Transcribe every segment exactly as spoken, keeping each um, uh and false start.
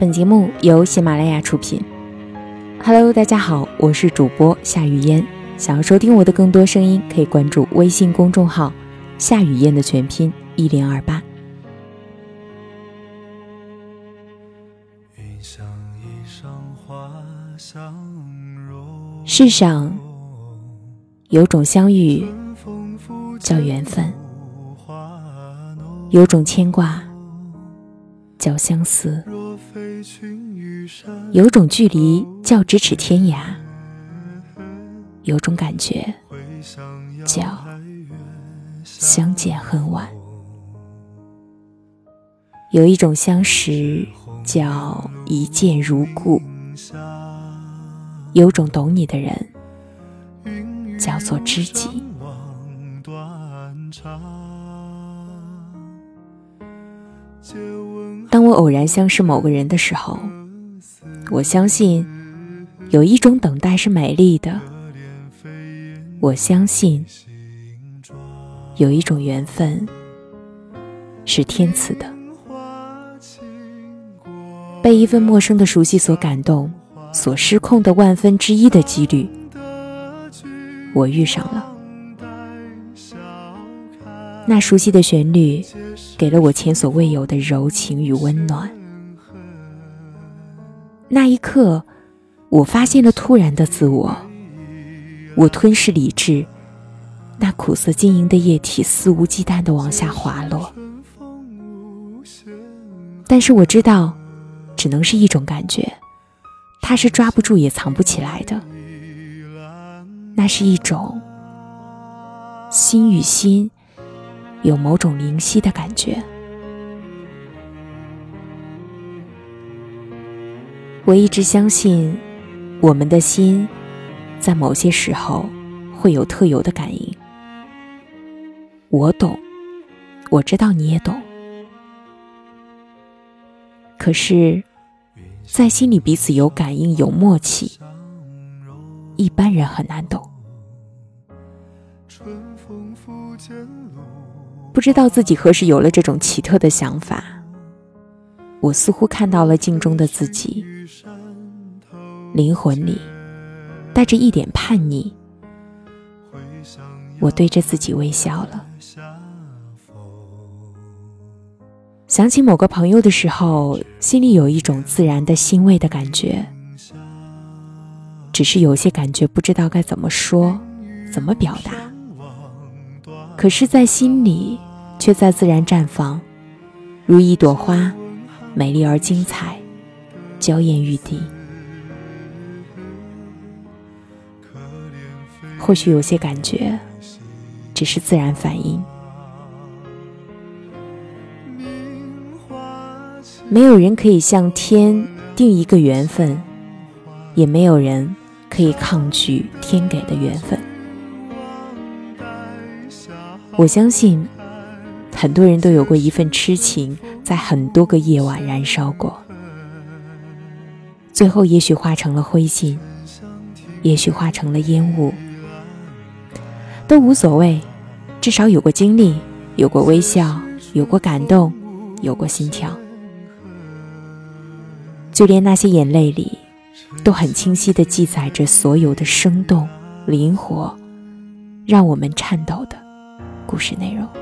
本节目由喜马拉雅出品。Hello， 大家好，我是主播夏雨嫣。想要收听我的更多声音，可以关注微信公众号夏雨嫣的全拼一零二八。世上有种相遇叫缘分，有种牵挂叫相思，有种距离叫咫尺天涯，有种感觉叫相见恨晚，有一种相识叫一见如故，有种懂你的人叫做知己。当我偶然相识某个人的时候，我相信有一种等待是美丽的，我相信有一种缘分是天赐的。被一份陌生的熟悉所感动，所失控的万分之一的几率，我遇上了。那熟悉的旋律给了我前所未有的柔情与温暖。那一刻，我发现了突然的自我，我吞噬理智，那苦涩晶莹的液体肆无忌惮地往下滑落。但是我知道，只能是一种感觉，它是抓不住也藏不起来的。那是一种心与心有某种灵犀的感觉。我一直相信，我们的心在某些时候会有特有的感应。我懂，我知道你也懂。可是，在心里彼此有感应、有默契，一般人很难懂。不知道自己何时有了这种奇特的想法，我似乎看到了镜中的自己，灵魂里带着一点叛逆。我对着自己微笑了。想起某个朋友的时候，心里有一种自然的欣慰的感觉，只是有些感觉不知道该怎么说，怎么表达，可是在心里却在自然绽放，如一朵花，美丽而精彩，娇艳欲滴。或许有些感觉只是自然反应，没有人可以向天定一个缘分，也没有人可以抗拒天给的缘分。我相信很多人都有过一份痴情，在很多个夜晚燃烧过，最后也许化成了灰烬，也许化成了烟雾，都无所谓，至少有过经历，有过微笑，有过感动，有过心跳。就连那些眼泪里都很清晰地记载着所有的生动灵活让我们颤抖的故事内容。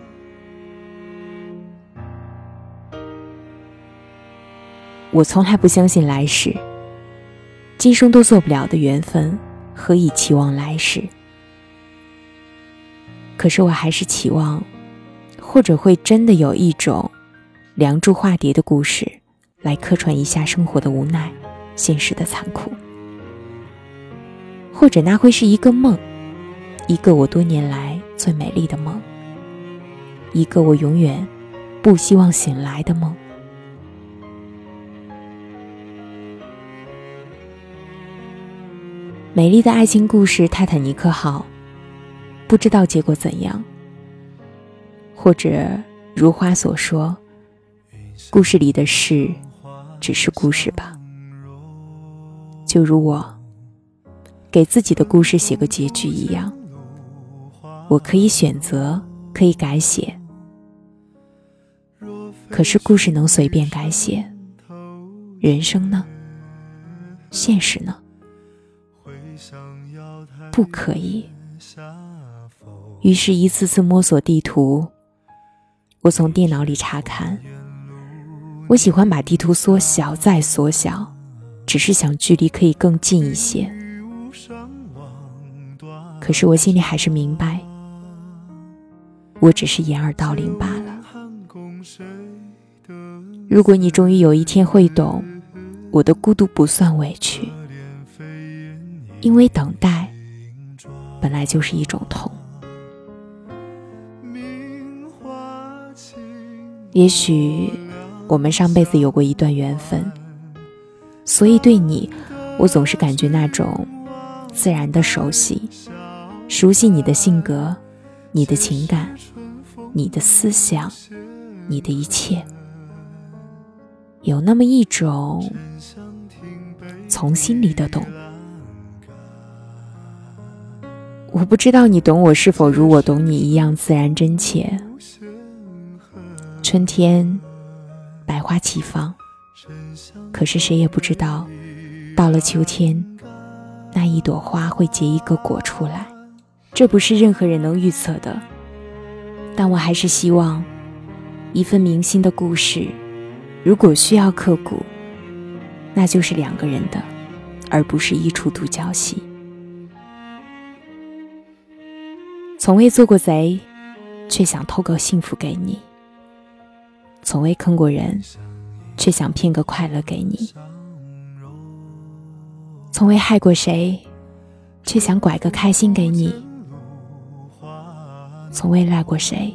我从来不相信来世，今生都做不了的缘分，何以期望来世？可是我还是期望，或者会真的有一种梁祝化蝶的故事，来客串一下生活的无奈，现实的残酷。或者那会是一个梦，一个我多年来最美丽的梦，一个我永远不希望醒来的梦。美丽的爱情故事泰坦尼克号，不知道结果怎样。或者如花所说，故事里的事只是故事吧。就如我给自己的故事写个结局一样，我可以选择，可以改写，可是故事能随便改写， 人生呢？现实呢？不可以。于是一次次摸索地图，我从电脑里查看，我喜欢把地图缩小再缩小，只是想距离可以更近一些。可是我心里还是明白，我只是掩耳盗铃罢了。如果你终于有一天会懂，我的孤独不算委屈，因为等待本来就是一种痛。也许我们上辈子有过一段缘分，所以对你，我总是感觉那种自然的熟悉，熟悉你的性格，你的情感，你的思想，你的一切。有那么一种从心里的懂。我不知道你懂我是否如我懂你一样自然真切。春天百花齐放，可是谁也不知道到了秋天，那一朵花会结一个果出来，这不是任何人能预测的。但我还是希望一份明星的故事，如果需要刻骨，那就是两个人的，而不是一出独角戏。从未做过贼，却想偷个幸福给你；从未坑过人，却想骗个快乐给你；从未害过谁，却想拐个开心给你；从未赖过谁，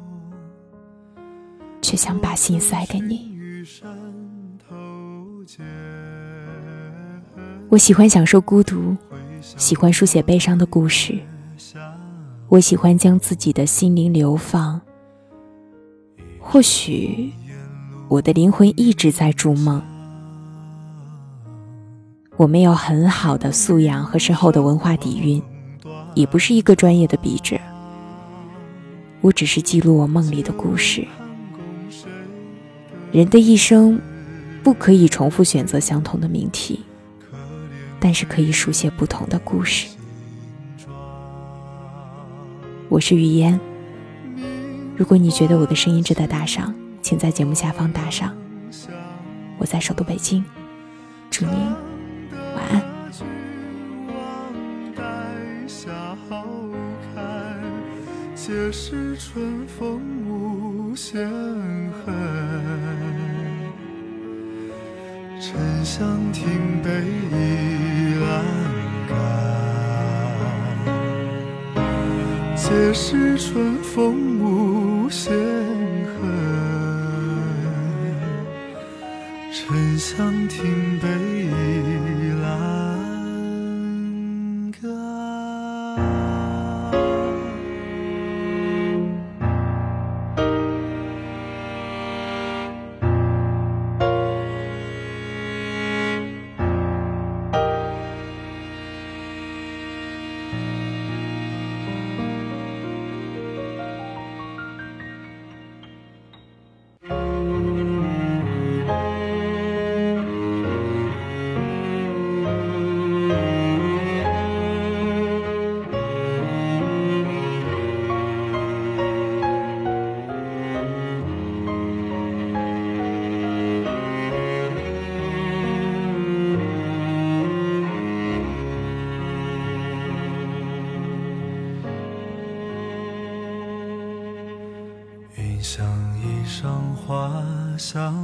却想把心塞给你。我喜欢享受孤独，喜欢书写悲伤的故事，我喜欢将自己的心灵流放。或许我的灵魂一直在筑梦，我没有很好的素养和深厚的文化底蕴，也不是一个专业的笔者，我只是记录我梦里的故事。人的一生不可以重复选择相同的命题，但是可以书写不同的故事。我是雨嫣，如果你觉得我的声音值得打赏，请在节目下方打赏。我在首都北京，祝您晚安。 皆是春风无限恨，沉香亭北倚栏杆，皆是春风无限恨，沉香亭北倚栏杆。像一裳花相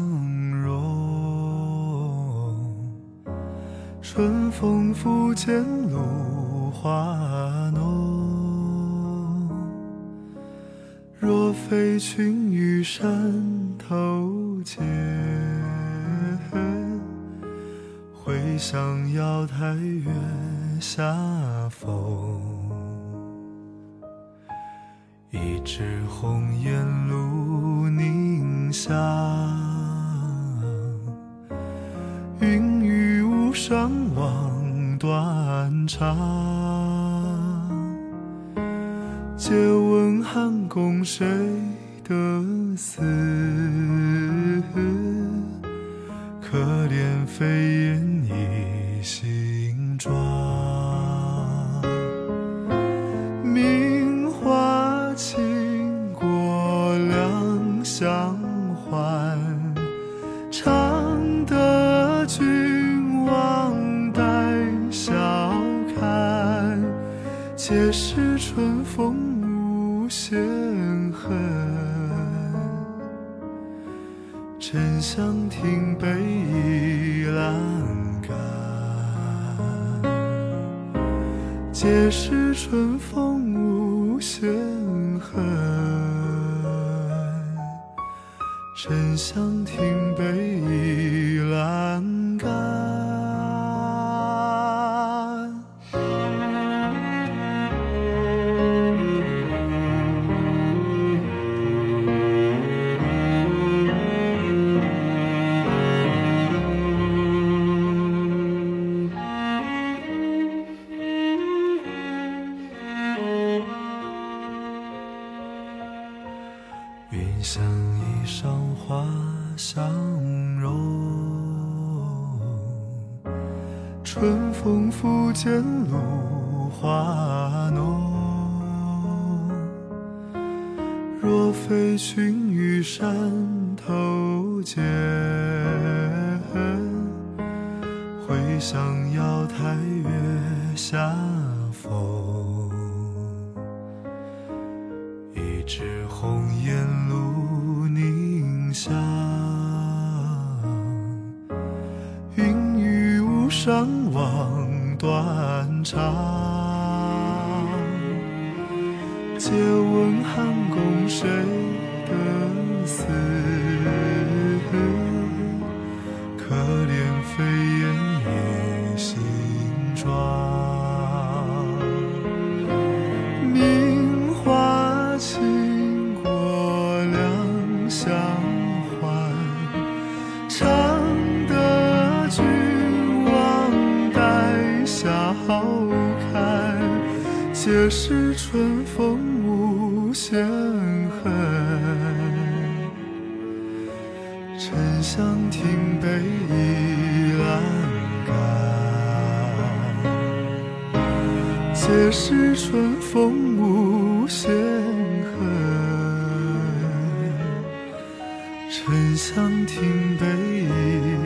融，春风拂槛露华浓。若非群玉山头见，会向瑶台月下逢。一枝红艳露凝香，云雨巫上望断肠。借问汉宫谁得似？ 可怜飞燕倚新妆。名花倾国两相还，常得君王带笑看，皆是春风无限恨。沉香亭北倚阑干，皆是春风无限恨。沉香亭北倚阑干。云想衣裳花相融，春风拂槛露华浓。若非群玉山头见，会向瑶台月下逢。一枝红艳露凝香，云雨巫山望断肠。借问汉宫谁得似？可怜飞燕倚新妆。名花倾国两相还，常得君王带笑看，皆是春风无限恨。沉香亭北倚阑干，皆是春风无限恨。沉香亭北倚